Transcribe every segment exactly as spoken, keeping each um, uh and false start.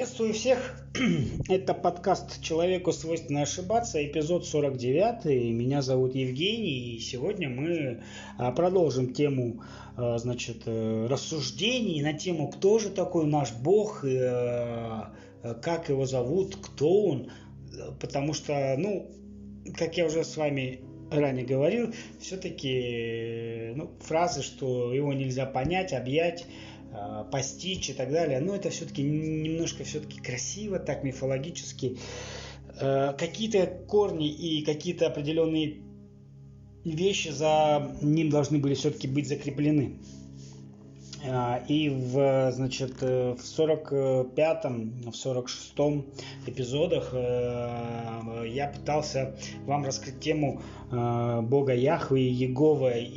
Приветствую всех. Это подкаст «Человеку свойственно ошибаться», эпизод сорок девять. Меня зовут Евгений, и сегодня мы продолжим тему, значит, рассуждений на тему, кто же такой наш Бог, как его зовут, кто он. Потому что, ну, как я уже с вами ранее говорил, все-таки ну, фразы, что его нельзя понять, объять, постичь и так далее, но это все-таки немножко все-таки красиво, так мифологически. Какие-то корни и какие-то определенные вещи за ним должны были все-таки быть закреплены. И в, значит, в сорок пятом, в сорок шестом эпизодах я пытался вам раскрыть тему Бога Яхве, Егова, и,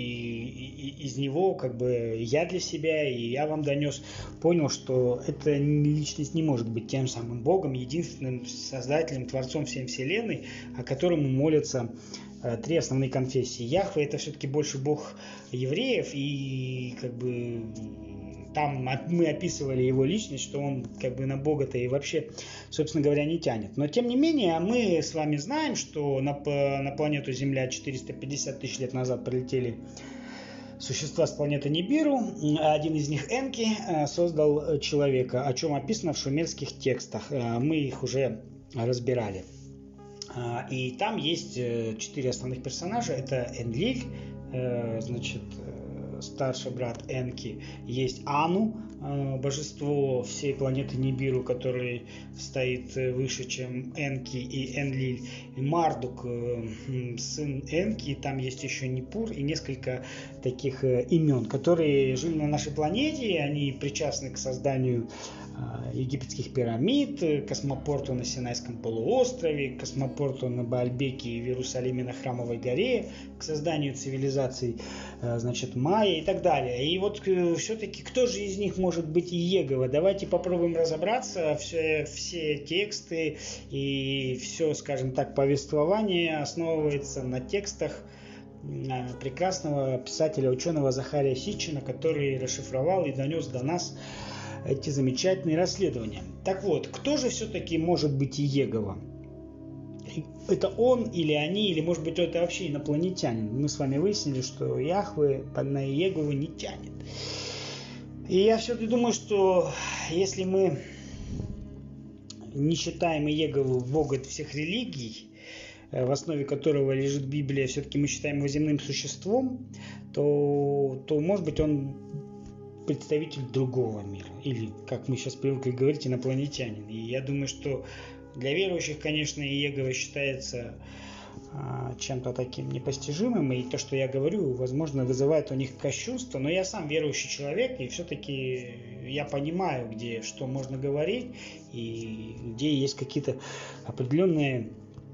и из него как бы я для себя, и я вам донес, понял, что эта личность не может быть тем самым Богом, единственным создателем, творцом всей вселенной, о котором молятся три основные конфессии. Яхве — это все-таки больше бог евреев, и как бы там мы описывали его личность, что он как бы на Бога-то и вообще, собственно говоря, не тянет. Но тем не менее, мы с вами знаем, что на, на планету Земля четыреста пятьдесят тысяч лет назад прилетели существа с планеты Нибиру. Один из них, Энки, создал человека, о чем описано в шумерских текстах. Мы их уже разбирали. И там есть четыре основных персонажа. Это Энлиль, значит, старший брат Энки. Есть Ану, божество всей планеты Нибиру, который стоит выше, чем Энки и Энлиль. И Мардук, сын Энки. Там есть еще Нипур и несколько таких имен, которые жили на нашей планете. Они причастны к созданию египетских пирамид, космопорту на Синайском полуострове, космопорту на Баальбеке и в Иерусалиме на Храмовой горе, к созданию цивилизаций, значит, майя и так далее. И вот все-таки кто же из них может быть Иегова? Давайте попробуем разобраться. Все, все тексты и все, скажем так, повествование основывается на текстах прекрасного писателя, ученого Захария Ситчина, который расшифровал и донес до нас эти замечательные расследования. Так вот, кто же все-таки может быть Иегова? Это он или они, или может быть это вообще инопланетянин? Мы с вами выяснили, что Яхве на Иегову не тянет. И я все-таки думаю, что если мы не считаем Иегову Бога всех религий, в основе которого лежит Библия, все-таки мы считаем его земным существом, то, то может быть он представитель другого мира, или, как мы сейчас привыкли говорить, инопланетянин. И я думаю, что для верующих, конечно, Иегова считается а, чем-то таким непостижимым, и то, что я говорю, возможно, вызывает у них кощунство, но я сам верующий человек, и все-таки я понимаю, где что можно говорить, и где есть какие-то определенные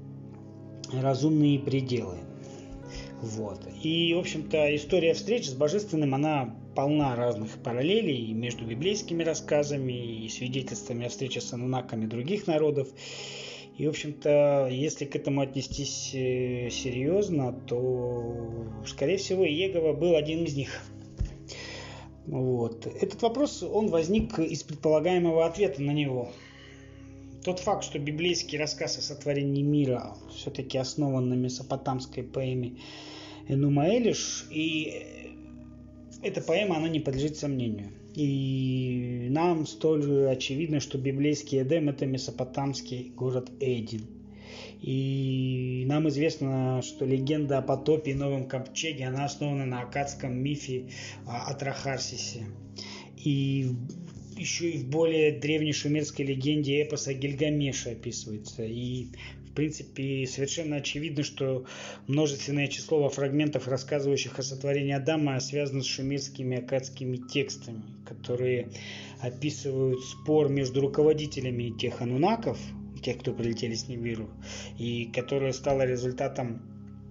разумные пределы. Вот. И, в общем-то, история встреч с Божественным, она полна разных параллелей между библейскими рассказами и свидетельствами о встрече с анунаками других народов. И, в общем-то, если к этому отнестись серьезно, то, скорее всего, Иегова был один из них. Вот. Этот вопрос, он возник из предполагаемого ответа на него. Тот факт, что библейский рассказ о сотворении мира все-таки основан на месопотамской поэме Энума Элиш, и эта поэма, она не подлежит сомнению. И нам столь очевидно, что библейский Эдем – это месопотамский город Эдин. И нам известно, что легенда о потопе и Новом Ковчеге, она основана на аккадском мифе о Трахарсисе. И еще и в более древней шумерской легенде эпоса Гильгамеша описывается. И, в принципе, совершенно очевидно, что множественное число фрагментов, рассказывающих о сотворении Адама, связано с шумерскими аккадскими текстами, которые описывают спор между руководителями тех анунаков, тех, кто прилетели с Нибиру, и которое стало результатом,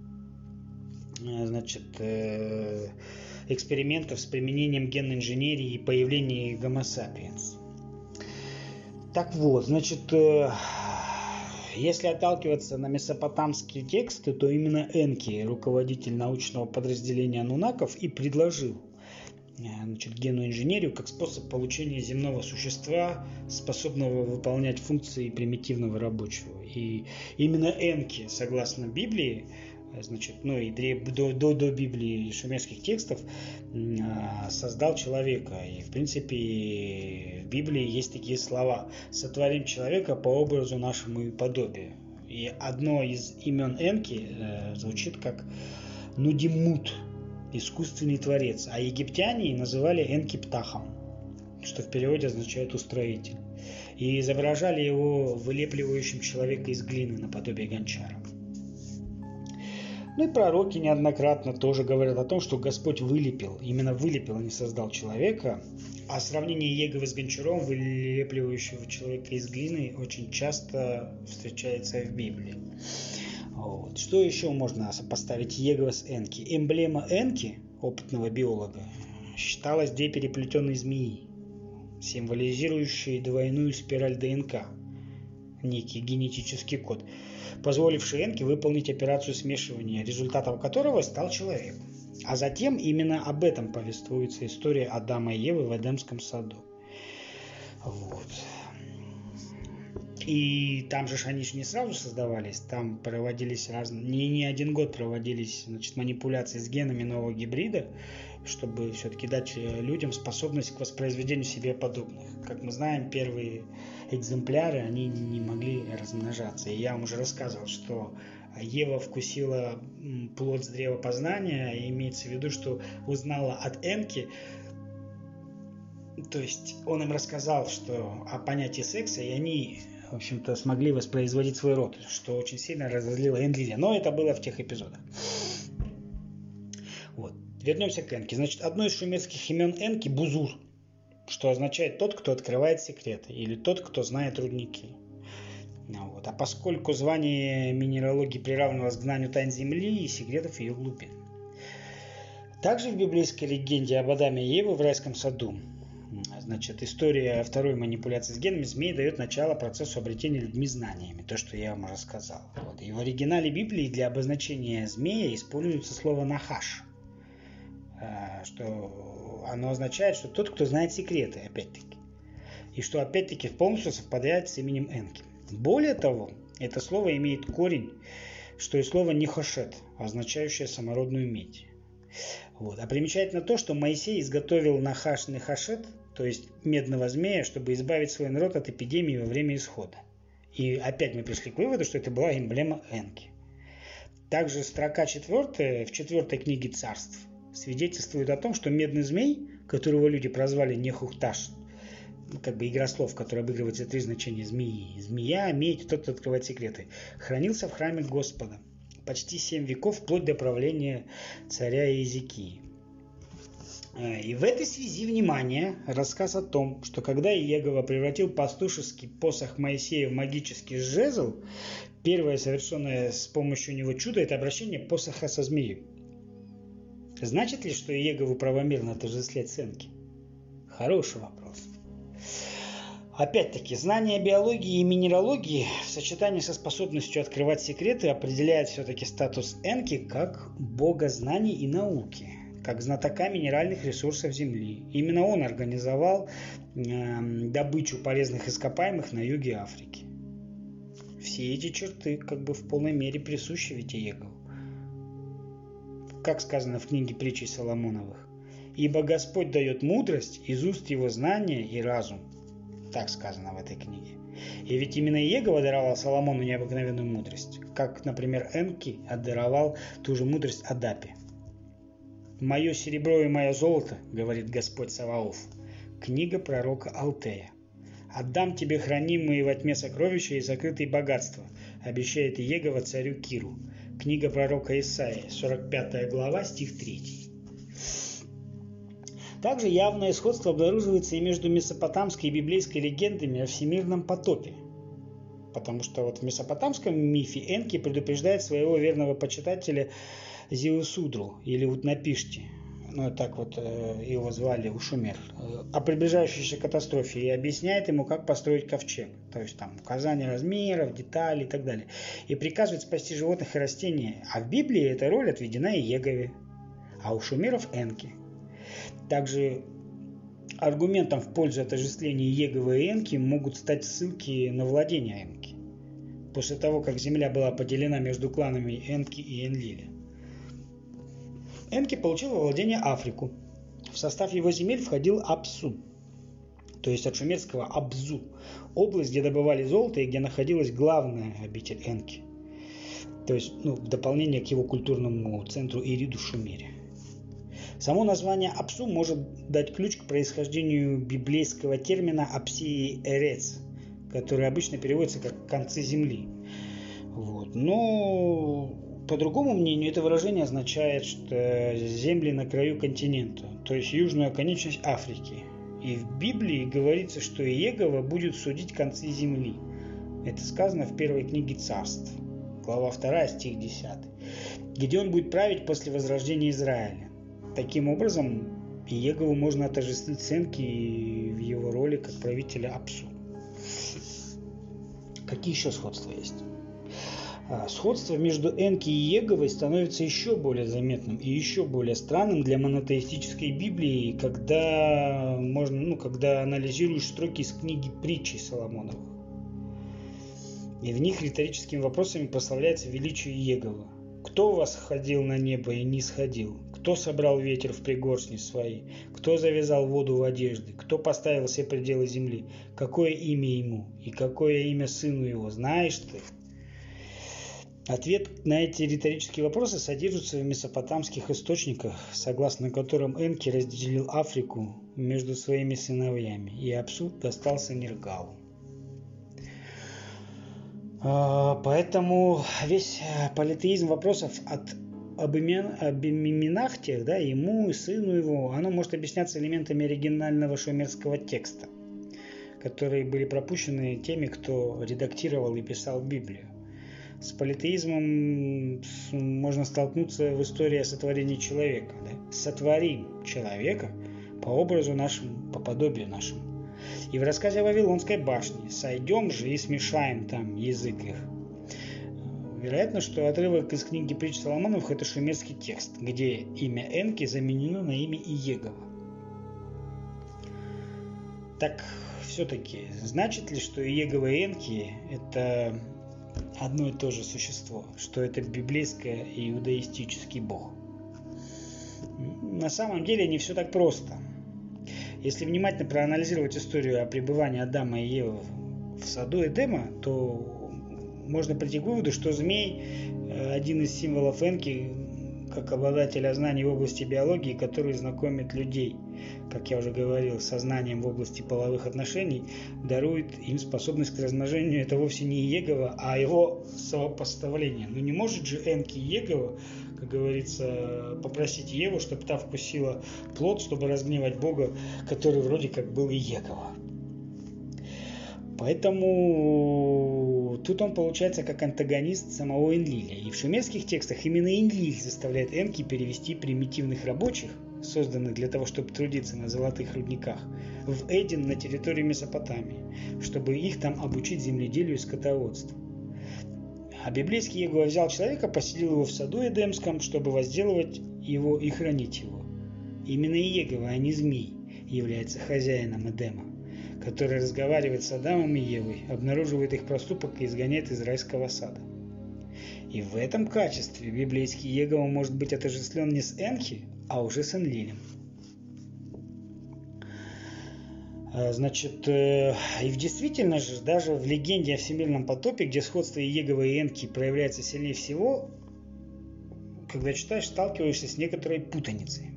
значит, экспериментов с применением генной инженерии и появления Homo sapiens. Так вот, значит, если отталкиваться на месопотамские тексты, то именно Энки, руководитель научного подразделения анунаков, и предложил значит, генную инженерию как способ получения земного существа, способного выполнять функции примитивного рабочего. И именно Энки, согласно Библии, значит, ну и до, до, до Библии и шумерских текстов, создал человека. И, в принципе, в Библии есть такие слова: «Сотворим человека по образу нашему и подобию». И одно из имен Энки э, звучит как Нудимут, искусственный творец, а египтяне называли Энки Птахом, что в переводе означает устроитель, и изображали его вылепливающим человека из глины наподобие гончара. Ну и пророки неоднократно тоже говорят о том, что Господь вылепил, именно вылепил, а не создал человека, а сравнение Еговы с гончаром, вылепливающего человека из глины, очень часто встречается в Библии. Вот. Что еще можно сопоставить Егова с Энки? Эмблема Энки, опытного биолога, считалась две переплетенные змеи, символизирующие двойную спираль ДНК, некий генетический код, позволивший Энке выполнить операцию смешивания, результатом которого стал человек. А затем именно об этом повествуется история Адама и Евы в Эдемском саду. Вот. И там же они же не сразу создавались, там проводились разные, не, не один год проводились, значит, манипуляции с генами нового гибрида, чтобы все-таки дать людям способность к воспроизведению себе подобных. Как мы знаем, первые экземпляры, они не могли размножаться. И я вам уже рассказывал, что Ева вкусила плод с древа познания, и имеется в виду, что узнала от Энки. То есть он им рассказал, что о понятии секса, и они, в общем-то, смогли воспроизводить свой род, что очень сильно разозлило Энлиля. Но это было в тех эпизодах. Вот. Вернемся к Энке. Значит, одно из шумерских имен Энки – Бузур, что означает «тот, кто открывает секреты», или «тот, кто знает рудники». Вот. А поскольку звание минералогии приравнивалось к знанию тайн Земли и секретов ее глубин. Также в библейской легенде об Адаме и Еве в райском саду, значит, история второй манипуляции с генами змей дает начало процессу обретения людьми знаниями, то, что я вам рассказал. Вот. И в оригинале Библии для обозначения змея используется слово «нахаш», что оно означает, что тот, кто знает секреты, опять-таки. И что, опять-таки, полностью совпадает с именем Энки. Более того, это слово имеет корень, что и слово «нехошет», означающее самородную медь. Вот. А примечательно то, что Моисей изготовил нахаш нехашет, то есть медного змея, чтобы избавить свой народ от эпидемии во время исхода. И опять мы пришли к выводу, что это была эмблема Энки. Также строка четвертая в четвертой книге Царств свидетельствует о том, что медный змей, которого люди прозвали Нехухташ, как бы игра слов, в которой обыгрываются три значения змеи, змея, медь, тот, кто открывает секреты, хранился в храме Господа почти семь веков, вплоть до правления царя Иезекии. И в этой связи, внимание, рассказ о том, что когда Иегова превратил пастушеский посох Моисея в магический жезл, первое совершенное с помощью него чудо – это обращение посоха со змеей. Значит ли, что Иегову правомерно отождествлять с Энки? Хороший вопрос. Опять-таки, знание биологии и минералогии в сочетании со способностью открывать секреты определяет все-таки статус Энки как бога знаний и науки, как знатока минеральных ресурсов Земли. Именно он организовал э, добычу полезных ископаемых на юге Африки. Все эти черты как бы в полной мере присущи ведь Иегову. Как сказано в книге притчей Соломоновых: «Ибо Господь дает мудрость, из уст его знания и разум». Так сказано в этой книге. И ведь именно Иегова даровал Соломону необыкновенную мудрость, как, например, Энки отдаровал ту же мудрость Адапе. «Мое серебро и мое золото, — говорит Господь Саваоф», книга пророка Алтея. «Отдам тебе хранимые во тьме сокровища и сокрытые богатства, обещает Иегова царю Киру». Книга пророка Исаии, сорок пятая глава, стих третий. Также явное сходство обнаруживается и между месопотамской и библейской легендами о всемирном потопе. Потому что вот в месопотамском мифе Энки предупреждает своего верного почитателя Зиусудру или Утнапишти, ну так вот его звали у шумер, о приближающейся катастрофе и объясняет ему, как построить ковчег. То есть там указания размеров, деталей и так далее. И приказывает спасти животных и растения. А в Библии эта роль отведена Иегове, а у шумеров Энки. Также аргументом в пользу отождествления Иеговы и Энки могут стать ссылки на владение Энки. После того, как земля была поделена между кланами Энки и Энлиля, Энки получил во владение Африку. В состав его земель входил Апсу, то есть от шумерского Абзу, область, где добывали золото и где находилась главная обитель Энки. То есть, ну, в дополнение к его культурному центру Ириду в Шумере. Само название Апсу может дать ключ к происхождению библейского термина Апсии Эрец, который обычно переводится как «концы земли». Вот. Но, по другому мнению, это выражение означает, что земли на краю континента, то есть южную оконечность Африки. И в Библии говорится, что Иегова будет судить концы земли. Это сказано в первой книге Царств, глава вторая, стих десятый, где он будет править после возрождения Израиля. Таким образом, Иегову можно отождествить с Энки в его роли как правителя Апсу. Какие еще сходства есть? Сходство между Энки и Иеговой становится еще более заметным и еще более странным для монотеистической Библии, когда, можно, ну, когда анализируешь строки из книги Притчи Соломоновых. И в них риторическими вопросами прославляется величие Иегова. «Кто восходил на небо и не сходил? Кто собрал ветер в пригоршни свои? Кто завязал воду в одежды? Кто поставил все пределы земли? Какое имя ему? И какое имя сыну его? Знаешь ты?» Ответ на эти риторические вопросы содержится в месопотамских источниках, согласно которым Энки разделил Африку между своими сыновьями, и Апсу достался Нергалу. Поэтому весь политеизм вопросов от об, имен, об именах тех, да, ему и сыну его, оно может объясняться элементами оригинального шумерского текста, которые были пропущены теми, кто редактировал и писал Библию. С политеизмом можно столкнуться в истории о сотворении человека. Да? Сотворим человека по образу нашему, по подобию нашему. И в рассказе о Вавилонской башне «Сойдем же и смешаем там язык их». Вероятно, что отрывок из книги Притч Соломоновых – это шумерский текст, где имя Энки заменено на имя Иегова. Так все-таки, значит ли, что Иегова и Энки – это одно и то же существо, что это библейский и иудаистический бог? На самом деле не все так просто. Если внимательно проанализировать историю о пребывании Адама и Евы в саду Эдема, то можно прийти к выводу, что змей – один из символов Энки, как обладателя знаний в области биологии, который знакомит людей, как я уже говорил, со знанием в области половых отношений, дарует им способность к размножению. Это вовсе не Иегова, а его сопоставление. Но не может же Энки Иегова, как говорится, попросить Еву, чтобы та вкусила плод, чтобы разгневать Бога, который вроде как был Иегова. Поэтому тут он получается как антагонист самого Энлиля. И в шумерских текстах именно Энлиль заставляет Энки перевести примитивных рабочих, созданных для того, чтобы трудиться на золотых рудниках, в Эден на территории Месопотамии, чтобы их там обучить земледелию и скотоводству. А библейский Иегова взял человека, поселил его в саду Эдемском, чтобы возделывать его и хранить его. Именно Иегова, а не змей, является хозяином Эдема, который разговаривает с Адамом и Евой, обнаруживает их проступок и изгоняет из райского сада. И в этом качестве библейский Иегова может быть отождествлен не с Энки, а уже с Энлилем. Значит, и в действительности же, даже в легенде о всемирном потопе, где сходство Иегова и Энки проявляется сильнее всего, когда читаешь, сталкиваешься с некоторой путаницей.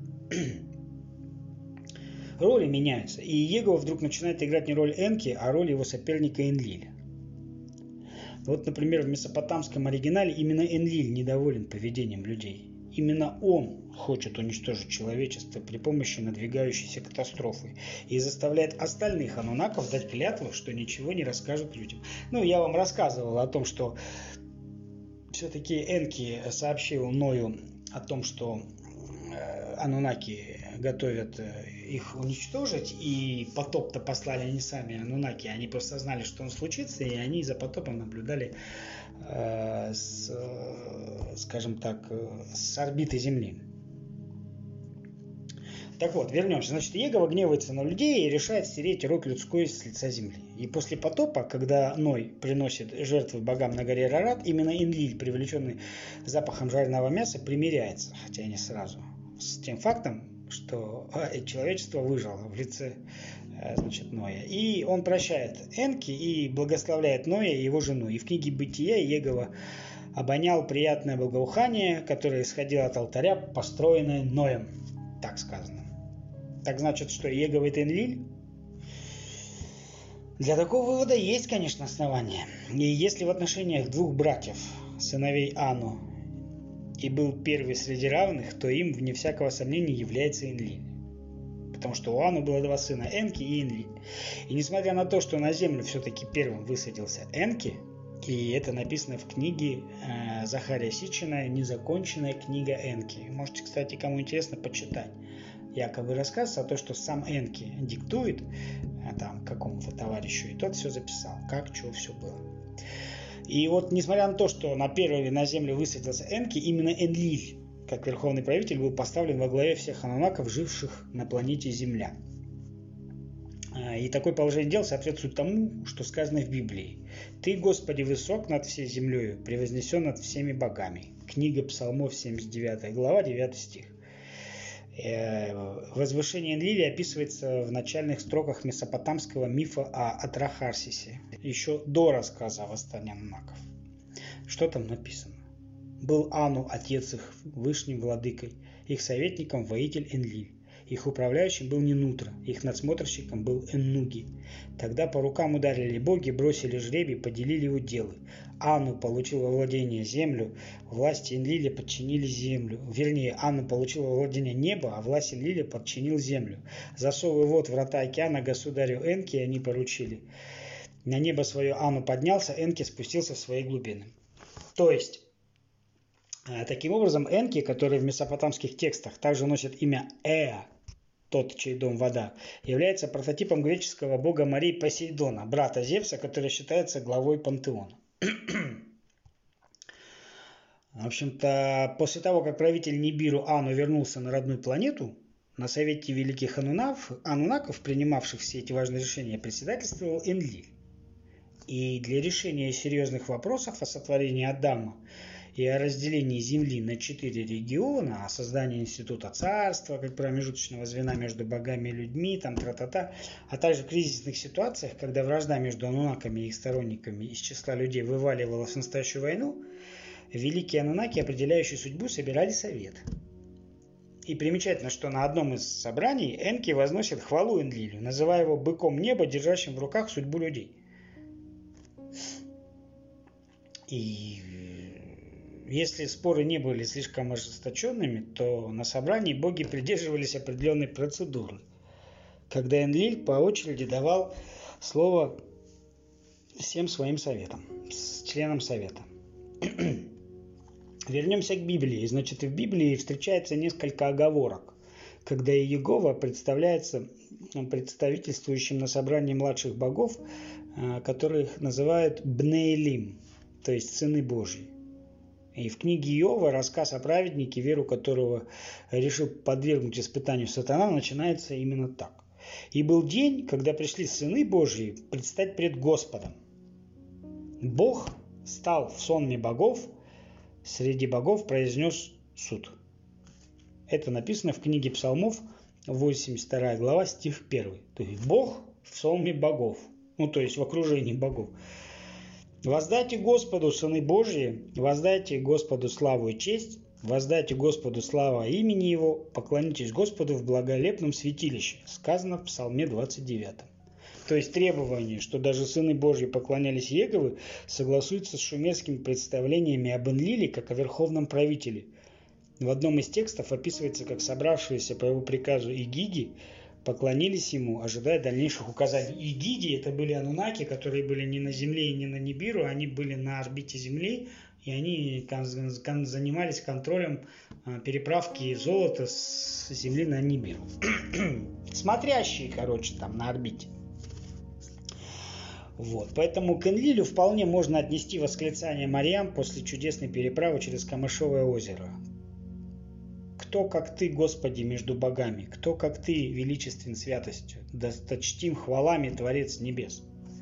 Роли меняются, и Иегова вдруг начинает играть не роль Энки, а роль его соперника Энлиля. Вот, например, в месопотамском оригинале именно Энлиль недоволен поведением людей. Именно он хочет уничтожить человечество при помощи надвигающейся катастрофы и заставляет остальных анунаков дать клятву, что ничего не расскажут людям. Ну, я вам рассказывал о том, что все-таки Энки сообщил Ною о том, что анунаки готовят их уничтожить, и потоп-то послали не сами анунаки, они просто знали, что он случится, и они за потопом наблюдали, э, с, скажем так, с орбиты Земли. Так вот, вернемся. Значит, Иегова гневается на людей и решает стереть род людской с лица земли. И после потопа, когда Ной приносит жертвы богам на горе Арарат, именно Энлиль, привлеченный запахом жареного мяса, примиряется, хотя и не сразу, с тем фактом, что человечество выжило в лице, значит, Ноя. И он прощает Энки и благословляет Ноя и его жену. И в книге Бытия Иегова обонял приятное благоухание, которое исходило от алтаря, построенное Ноем. Так сказано. Так значит, что Иегова это Энлиль? Для такого вывода есть, конечно, основания. И если в отношениях двух братьев, сыновей Ану, и был первый среди равных, то им, вне всякого сомнения, является Энлиль. Потому что у Ану было два сына, Энки и Энлиль. И несмотря на то, что на землю все-таки первым высадился Энки, и это написано в книге э, Захария Сичина «Незаконченная книга Энки». Можете, кстати, кому интересно, почитать. Якобы рассказ о том, что сам Энки диктует э, там какому-то товарищу, и тот все записал, как, что, все было. И вот, несмотря на то, что на первый на землю высадился Энки, именно Энлиль, как верховный правитель, был поставлен во главе всех анунаков, живших на планете Земля. И такое положение дел соответствует тому, что сказано в Библии. «Ты, Господи, высок над всей землею, превознесен над всеми богами». Книга Псалмов, семьдесят девятая глава, девятый стих. Возвышение Энлиля описывается в начальных строках месопотамского мифа о Атрахарсисе, еще до рассказа о восстании анунаков. Что там написано? «Был Ану, отец их, вышним владыкой, их советником воитель Энлиль. Их управляющим был Нинутра, их надсмотрщиком был Эннуги. Тогда по рукам ударили боги, бросили жребий, поделили уделы. Ану получил во владение землю, власти Энлиля подчинили землю. Вернее, Ану получил во владение небо, а власть Энлиля подчинил землю. Засовывая вод врата океана государю Энки они поручили. На небо свое Ану поднялся, Энки спустился в свои глубины». То есть, таким образом, Энки, который в месопотамских текстах также носит имя Эа, тот, чей дом вода, является прототипом греческого бога морей Посейдона, брата Зевса, который считается главой пантеона. В общем-то, после того, как правитель Нибиру Ану вернулся на родную планету, на совете великих анунав, анунаков, принимавших все эти важные решения, председательствовал Энлиль. И для решения серьезных вопросов о сотворении Адама и о разделении Земли на четыре региона, о создании института царства, как промежуточного звена между богами и людьми, там тра-та-та, а также в кризисных ситуациях, когда вражда между анунаками и их сторонниками из числа людей вываливалась в настоящую войну, великие анунаки, определяющие судьбу, собирали совет. И примечательно, что на одном из собраний Энки возносит хвалу Энлилю, называя его быком неба, держащим в руках судьбу людей. И если споры не были слишком ожесточенными, то на собрании боги придерживались определенной процедуры, когда Энлиль по очереди давал слово всем своим советам, членам совета. Вернемся к Библии. Значит, в Библии встречается несколько оговорок, когда Иегова представляется представительствующим на собрании младших богов, которых называют Бнеэлим, то есть сыны Божьи. И в книге Иова рассказ о праведнике, веру которого решил подвергнуть испытанию сатана, начинается именно так. «И был день, когда пришли сыны Божьи предстать пред Господом. Бог стал в сонме богов, среди богов произнес суд». Это написано в книге Псалмов, восемьдесят вторая глава, стих первый. То есть Бог в сонме богов, ну то есть в окружении богов. «Воздайте Господу, сыны Божьи, воздайте Господу славу и честь, воздайте Господу славу имени Его, поклонитесь Господу в благолепном святилище», сказано в Псалме двадцать девятом. То есть требование, что даже сыны Божьи поклонялись Иегове, согласуется с шумерскими представлениями об Энлиле как о верховном правителе. В одном из текстов описывается, как собравшиеся по его приказу игиги поклонились ему, ожидая дальнейших указаний. Игиги — это были анунаки, которые были не на Земле и не на Нибиру, они были на орбите Земли, и они занимались контролем переправки золота с Земли на Нибиру. Смотрящие, короче, там на орбите. Вот. Поэтому к Энлилю вполне можно отнести восклицание Марьям после чудесной переправы через Камышовое озеро. Кто, как ты, Господи, между богами? Кто, как ты, величествен святостью? Досточтим хвалами Творец небес.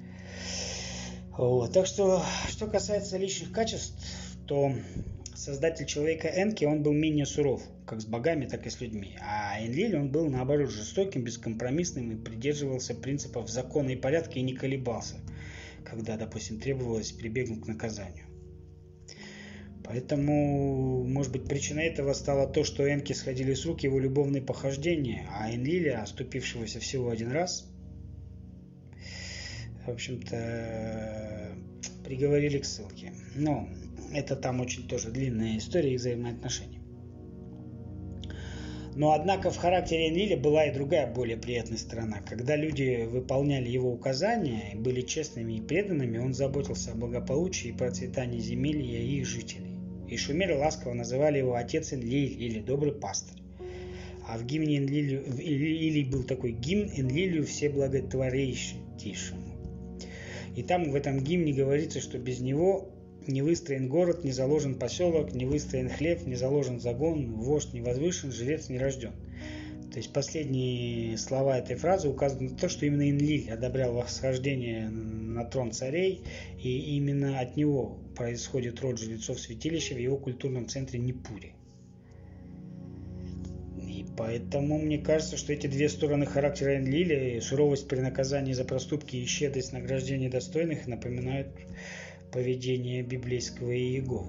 Вот. Так что, что касается личных качеств, то создатель человека Энки, он был менее суров, как с богами, так и с людьми. А Энлиль, он был, наоборот, жестоким, бескомпромиссным и придерживался принципов закона и порядка и не колебался, когда, допустим, требовалось прибегнуть к наказанию. Поэтому, может быть, причиной этого стало то, что Энки сходили с рук его любовные похождения, а Энлиля, оступившегося всего один раз, в общем-то, приговорили к ссылке. Но это там очень тоже длинная история их взаимоотношений. Но, однако, в характере Энлиля была и другая, более приятная сторона. Когда люди выполняли его указания, были честными и преданными, он заботился о благополучии и процветании земель и их жителей. И шумеры ласково называли его отец Энлиль или добрый пастырь. А в гимне Энлилю, или был такой гимн Энлилю всеблаготворейшему. И там в этом гимне говорится, что без него не выстроен город, не заложен поселок, не выстроен хлеб, не заложен загон, вождь не возвышен, жрец не рожден. То есть последние слова этой фразы указывают на то, что именно Энлиль одобрял восхождение на трон царей, и именно от него происходит род жрецов святилища в его культурном центре Нипуре. И поэтому мне кажется, что эти две стороны характера Энлиля, суровость при наказании за проступки и щедрость награждения достойных, напоминают поведение библейского Иеговы.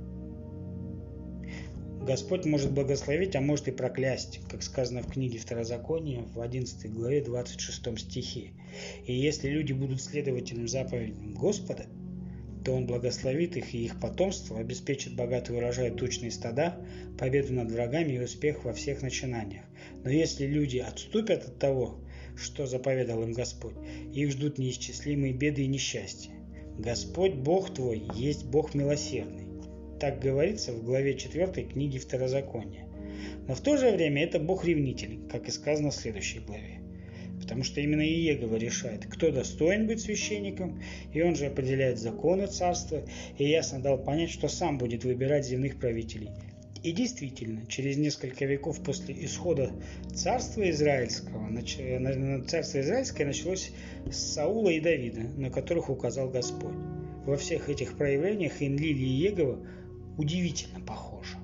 Господь может благословить, а может и проклясть, как сказано в книге Второзакония в одиннадцатой главе двадцать шестом стихе. И если люди будут следовательным заповедям Господа, то Он благословит их и их потомство, обеспечит богатый урожай, тучные стада, победу над врагами и успех во всех начинаниях. Но если люди отступят от того, что заповедал им Господь, их ждут неисчислимые беды и несчастья. Господь Бог твой есть Бог милосердный. Так говорится в главе четвёртой книги Второзакония. Но в то же время это Бог ревнитель, как и сказано в следующей главе. Потому что именно Иегова решает, кто достоин быть священником, и он же определяет законы царства, и ясно дал понять, что сам будет выбирать земных правителей. И действительно, через несколько веков после исхода царства израильского, царство израильское началось с Саула и Давида, на которых указал Господь. Во всех этих проявлениях Энлиль и Иегова удивительно похожи.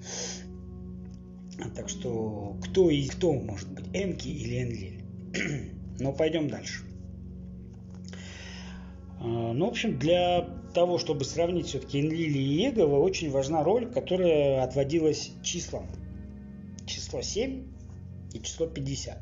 Так что кто и кто может быть, Энки или Энлиль? Но пойдем дальше. Ну, в общем, для того, чтобы сравнить все-таки Энлиля и Иегова, очень важна роль, которая отводилась числам. Число семь и число пятьдесят.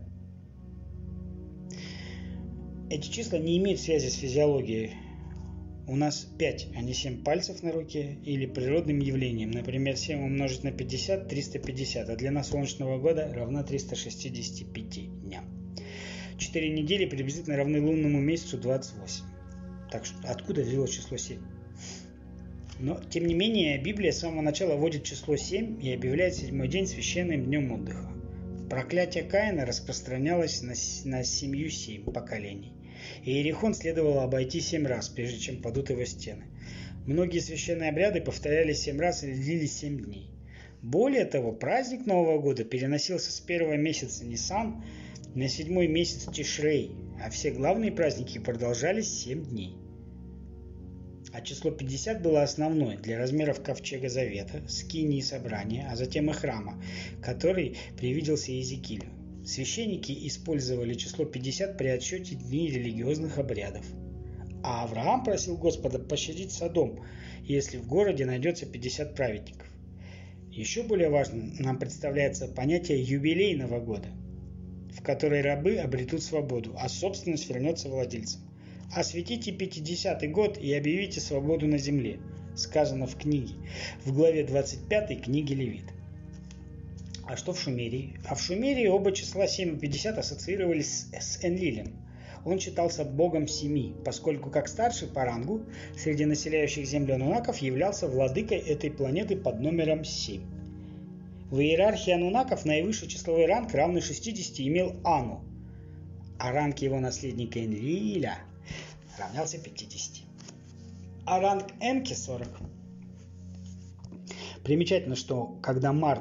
Эти числа не имеют связи с физиологией. У нас пять, а не семь пальцев на руке или природным явлением. Например, семь умножить на пятьдесят – триста пятьдесят, а длина солнечного года равна триста шестидесяти пяти дням. Четыре недели приблизительно равны лунному месяцу двадцать восемь. Так что откуда взялось число семь? Но, тем не менее, Библия с самого начала вводит число семь и объявляет седьмой день священным днем отдыха. Проклятие Каина распространялось на, на семью семь поколений. И Иерихон следовало обойти семь раз, прежде чем падут его стены. Многие священные обряды повторялись семь раз и длились семь дней. Более того, праздник Нового года переносился с первого месяца Нисан на седьмой месяц Тишрей, а все главные праздники продолжались семь дней. А число пятьдесят было основное для размеров ковчега Завета, скинии собрания, а затем и храма, который привиделся Иезекиилю. Священники использовали число пятьдесят при отсчете дней религиозных обрядов. А Авраам просил Господа пощадить Содом, если в городе найдется пятьдесят праведников. Еще более важным нам представляется понятие юбилейного года, в которой рабы обретут свободу, а собственность вернется владельцам. «Осветите пятидесятый год и объявите свободу на земле», сказано в книге, в главе двадцать пятой книги Левит. А что в Шумерии? А в Шумерии оба числа семь и пятьдесят ассоциировались с Энлилем. Он считался богом семи, поскольку как старший по рангу среди населяющих землю анунаков являлся владыкой этой планеты под номером семь. В иерархии анунаков наивысший числовой ранг, равный шестидесяти, имел Ану, а ранг его наследника Энлиля равнялся пятидесяти. А ранг Энки сорок. Примечательно, что когда Мардук,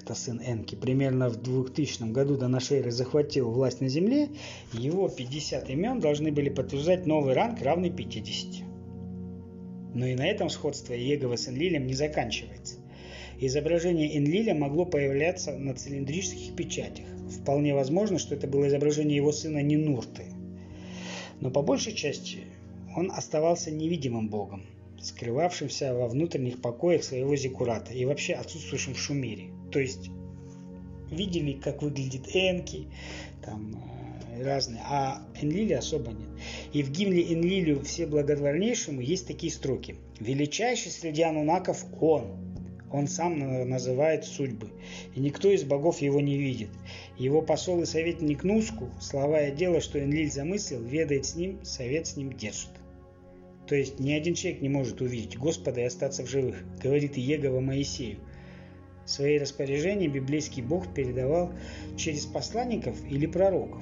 это сын Энки, примерно в двухтысячном году до нашей эры захватил власть на земле, его пятьдесят имен должны были подтверждать новый ранг, равный пятидесяти. Но и на этом сходство Иеговы с Энлилем не заканчивается. Изображение Энлиля могло появляться на цилиндрических печатях. Вполне возможно, что это было изображение его сына Нинурты. Но по большей части он оставался невидимым богом, скрывавшимся во внутренних покоях своего зиккурата и вообще отсутствующим в Шумере. То есть видели, как выглядит Энки, там э, разные, а Энлиля особо нет. И в гимне Энлилю Всеблаготворнейшему есть такие строки: «Величайший среди анунаков он». Он сам называет судьбы, и никто из богов его не видит. Его посол и советник Нуску, слова и дело, что Энлиль замыслил, ведает с ним, совет с ним держит. То есть ни один человек не может увидеть Господа и остаться в живых, говорит Иегова Моисею. Свои распоряжения библейский бог передавал через посланников или пророков.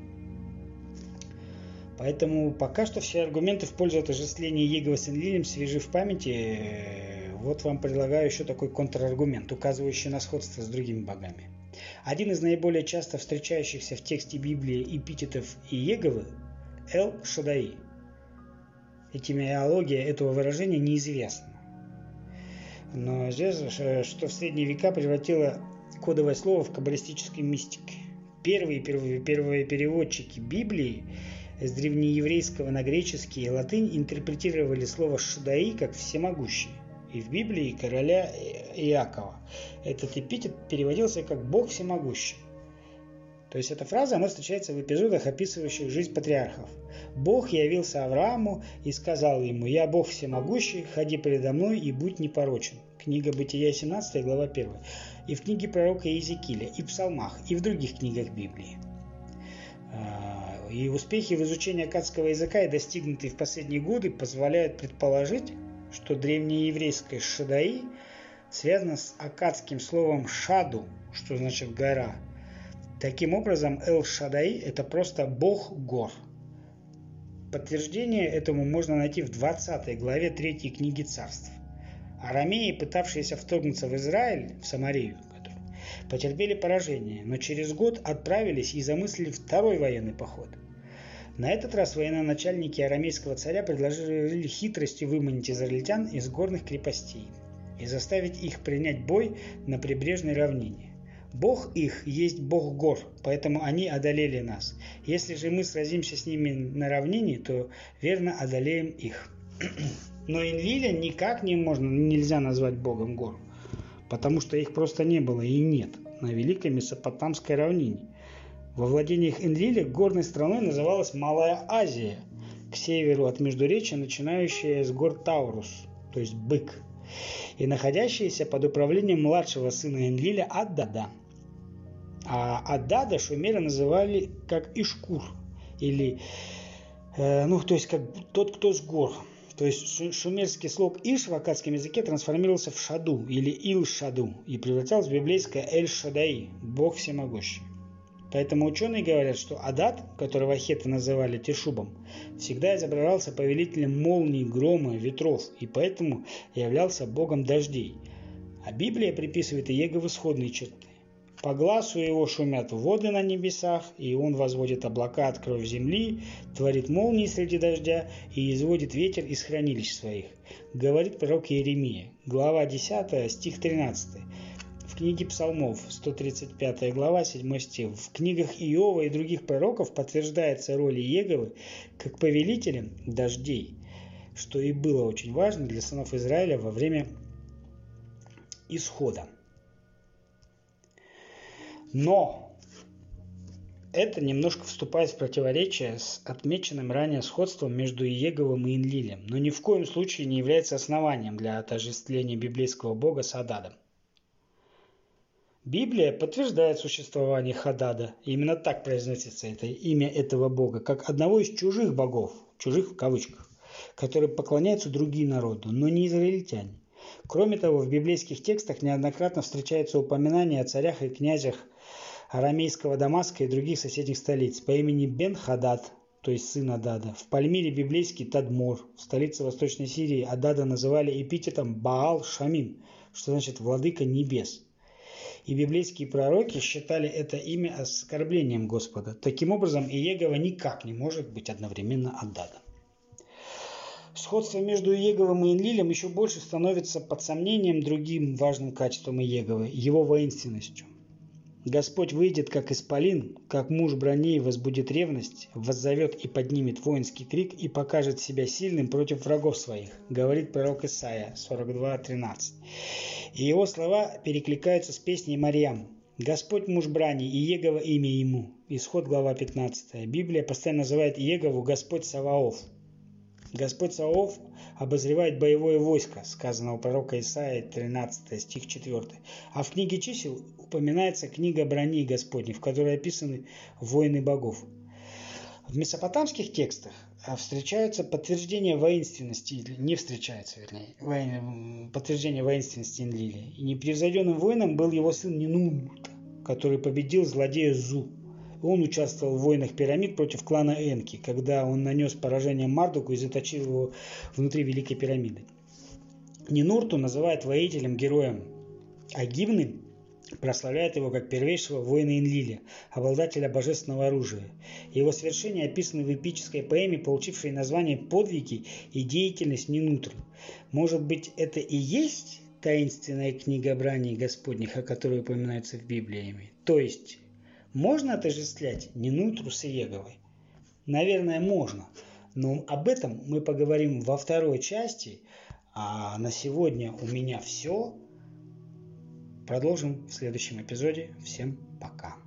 Поэтому пока что все аргументы в пользу отождествления Иеговы с Энлилем свежи в памяти. Вот вам предлагаю еще такой контраргумент, указывающий на сходство с другими богами. Один из наиболее часто встречающихся в тексте Библии эпитетов Иеговы – Эл-Шадаи. Этимология этого выражения неизвестна. Но известно, что в средние века превратило кодовое слово в каббалистической мистике. Первые, первые, первые переводчики Библии с древнееврейского на греческий и латынь интерпретировали слово «шадаи» как «всемогущий». И в Библии короля Иакова этот эпитет переводился как «Бог всемогущий». То есть эта фраза, она встречается в эпизодах, описывающих жизнь патриархов. «Бог явился Аврааму и сказал ему: я Бог всемогущий, ходи передо мной и будь непорочен». Книга Бытия, семнадцатая глава, первая. И в книге пророка Иезекииля, и в псалмах, и в других книгах Библии. И успехи в изучении аккадского языка, достигнутые в последние годы, позволяют предположить, что древнееврейское «шадаи» связано с аккадским словом «шаду», что значит «гора». Таким образом, Эл-Шадаи – это просто «бог гор». Подтверждение этому можно найти в двадцатой главе третьей книги Царств. Арамеи, пытавшиеся вторгнуться в Израиль, в Самарию, потерпели поражение, но через год отправились и замыслили второй военный поход. На этот раз военачальники арамейского царя предложили хитростью выманить израильтян из горных крепостей и заставить их принять бой на прибрежной равнине. Бог их есть Бог гор, поэтому они одолели нас. Если же мы сразимся с ними на равнине, то верно одолеем их. Но Энлиля никак не можно, нельзя назвать Богом гор, потому что их просто не было и нет на Великой Месопотамской равнине. Во владениях Энлиля горной страной называлась Малая Азия, к северу от Междуречия, начинающая с гор Таурус, то есть бык, и находящаяся под управлением младшего сына Энлиля Аддада. А Аддада шумеры называли как Ишкур, или, э, ну, то есть как тот, кто с гор. То есть шумерский слог «иш» в аккадском языке трансформировался в «шаду» или «ил-шаду» и превратился в библейское «эль-шадаи» – «Бог всемогущий». Поэтому ученые говорят, что Адад, которого хетты называли Тешубом, всегда изображался повелителем молний, грома, ветров и поэтому являлся богом дождей. А Библия приписывает Иегову сходные черты. По глазу его шумят воды на небесах, и он возводит облака от крови земли, творит молнии среди дождя и изводит ветер из хранилищ своих, говорит пророк Иеремия, глава десятая, стих тринадцатый. В книге Псалмов, сто тридцать пятая глава, седьмой стих. В книгах Иова и других пророков подтверждается роль Иеговы как повелителя дождей, что и было очень важно для сынов Израиля во время исхода. Но это немножко вступает в противоречие с отмеченным ранее сходством между Иеговым и Энлилем, но ни в коем случае не является основанием для отождествления библейского бога с Ададом. Библия подтверждает существование Хадада, и именно так произносится это имя этого бога, как одного из чужих богов, чужих в кавычках, которым поклоняются другие народы, но не израильтяне. Кроме того, в библейских текстах неоднократно встречаются упоминания о царях и князях арамейского Дамаска и других соседних столиц по имени Бен-Хадад, то есть сын Адада. В Пальмире библейский Тадмор, в столице Восточной Сирии Адада называли эпитетом Баал-Шамим, что значит «владыка небес». и библейские пророки считали это имя оскорблением Господа. Таким образом, Иегова никак не может быть одновременно отдадан. Сходство между Иеговым и Энлилем еще больше становится под сомнением другим важным качеством Иеговы – его воинственностью. Господь выйдет, как исполин, как муж брони, возбудит ревность, воззовет и поднимет воинский крик и покажет себя сильным против врагов своих, говорит пророк Исаия сорок два тринадцать. И его слова перекликаются с песней Марьям. Господь муж брани, Иегова имя ему. Исход глава пятнадцатая. Библия постоянно называет Иегову Господь Саваоф. Господь Саваоф обозревает боевое войско, сказано у пророка Исаии тринадцатый стих четвёртый. А в книге чисел упоминается книга брони Господней, в которой описаны воины богов. В месопотамских текстах встречаются подтверждения воинственности, не встречается, вернее, воин, подтверждение воинственности Энлиля. И непревзойденным воином был его сын Нинурта, который победил злодея Зу. Он участвовал в войнах пирамид против клана Энки, когда он нанес поражение Мардуку и заточил его внутри Великой пирамиды. Нинурту называют воителем-героем, а Гимны прославляют его как первейшего воина Энлиля, обладателя божественного оружия. Его свершения описаны в эпической поэме, получившей название «Подвиги и деятельность Нинурты». Может быть, это и есть таинственная книга брани Господних, о которой упоминается в Библии? То есть, можно отождествлять Нинурту с Иеговой? Наверное, можно. Но об этом мы поговорим во второй части. А на сегодня у меня все. Продолжим в следующем эпизоде. Всем пока.